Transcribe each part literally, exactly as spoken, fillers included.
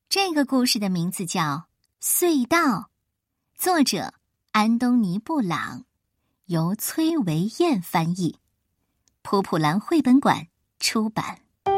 这个故事的名字叫《隧道》，作者安东尼·布朗，由崔维燕翻译，普普兰绘本馆出版。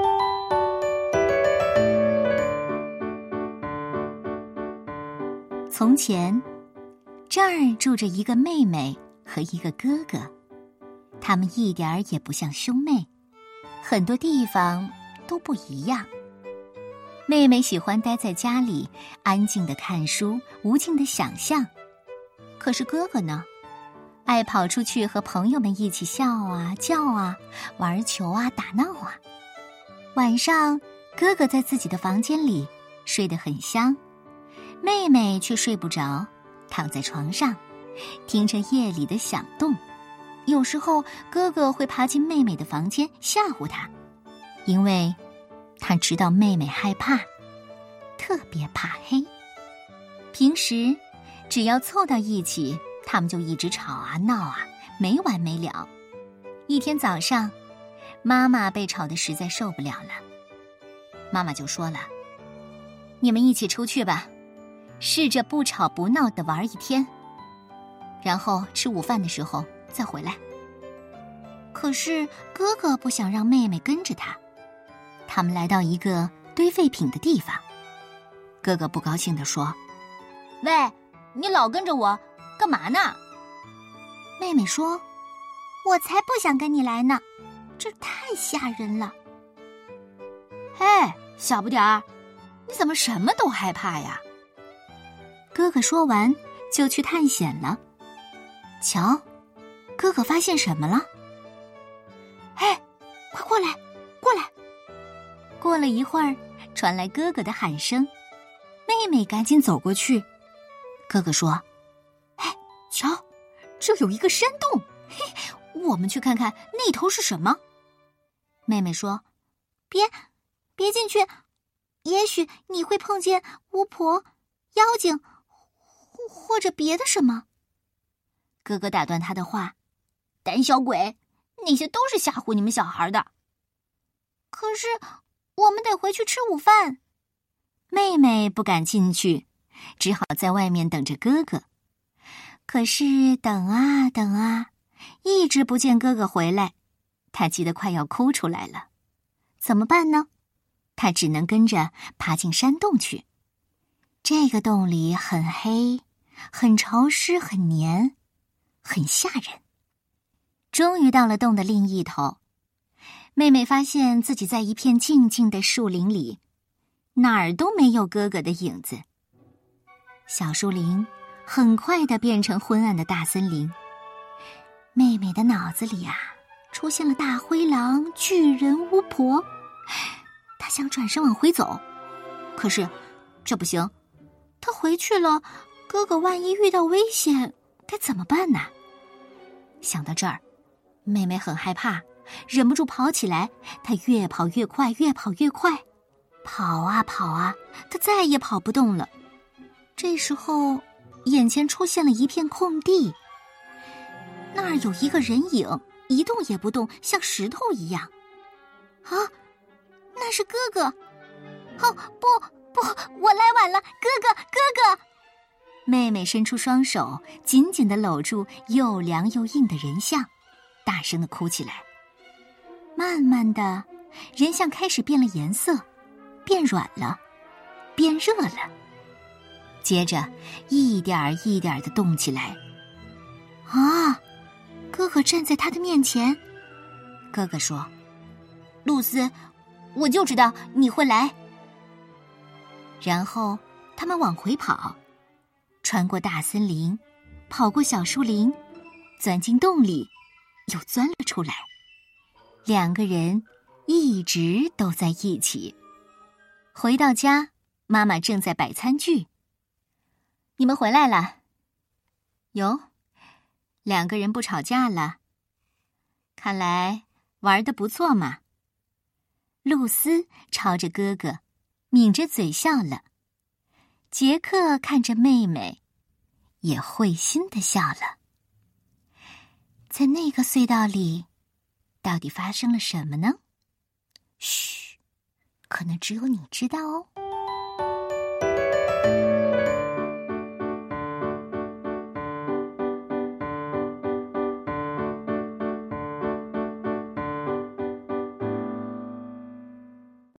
从前，这儿住着一个妹妹和一个哥哥，他们一点儿也不像兄妹，很多地方都不一样。妹妹喜欢待在家里，安静地看书，无尽地想象。可是哥哥呢，爱跑出去和朋友们一起笑啊、叫啊、玩球啊、打闹啊。晚上，哥哥在自己的房间里睡得很香，妹妹却睡不着，躺在床上，听着夜里的响动。有时候，哥哥会爬进妹妹的房间吓唬她，因为他知道妹妹害怕，特别怕黑。平时只要凑到一起，他们就一直吵啊闹啊，没完没了。一天早上，妈妈被吵得实在受不了了，妈妈就说了：“你们一起出去吧，试着不吵不闹地玩一天，然后吃午饭的时候再回来。”可是哥哥不想让妹妹跟着他。他们来到一个堆废品的地方，哥哥不高兴地说：“ 喂，你老跟着我，干嘛呢？” 妹妹说：“ 我才不想跟你来呢，这太吓人了。” 嘿，小不点儿，你怎么什么都害怕呀？ 哥哥说完就去探险了。瞧，哥哥发现什么了？ 嘿，快过来，过来！ 过了一会儿，传来哥哥的喊声，妹妹赶紧走过去。哥哥说：“ 哎，瞧，这有一个山洞， 嘿，我们去看看那头是什么。”妹妹说：“ 别，别进去，也许你会碰见巫婆、妖精，或或者别的什么。” 哥哥打断他的话：“ 胆小鬼，那些都是吓唬你们小孩的。” 可是我们得回去吃午饭。 妹妹不敢进去，只好在外面等着哥哥。可是等啊等啊，一直不见哥哥回来，她急得快要哭出来了。怎么办呢？她只能跟着爬进山洞去。这个洞里很黑，很潮湿，很黏，很吓人。终于到了洞的另一头，妹妹发现自己在一片静静的树林里，哪儿都没有哥哥的影子。小树林很快地变成昏暗的大森林。妹妹的脑子里啊，出现了大灰狼、巨人、巫婆。她想转身往回走，可是这不行，她回去了，哥哥万一遇到危险，该怎么办呢？想到这儿，妹妹很害怕，忍不住跑起来。她越跑越快，越跑越快，跑啊跑啊，她再也跑不动了。这时候，眼前出现了一片空地，那儿有一个人影，一动也不动，像石头一样。 啊，那是哥哥！哦，不不，我来晚了，哥哥，哥哥！ 妹妹伸出双手，紧紧地搂住又凉又硬的人像，大声地哭起来。慢慢的，人像开始变了颜色，变软了，变热了，接着一点儿一点儿地动起来。啊，哥哥站在他的面前。哥哥说：“ 露丝，我就知道你会来。” 然后他们往回跑，穿过大森林，跑过小树林，钻进洞里，又钻了出来。两个人一直都在一起。回到家，妈妈正在摆餐具。“你们回来了。”“哟，两个人不吵架了，看来玩得不错嘛。”露丝朝着哥哥抿着嘴笑了。杰克看着妹妹，也会心地笑了。在那个隧道里，到底发生了什么呢？嘘，可能只有你知道哦。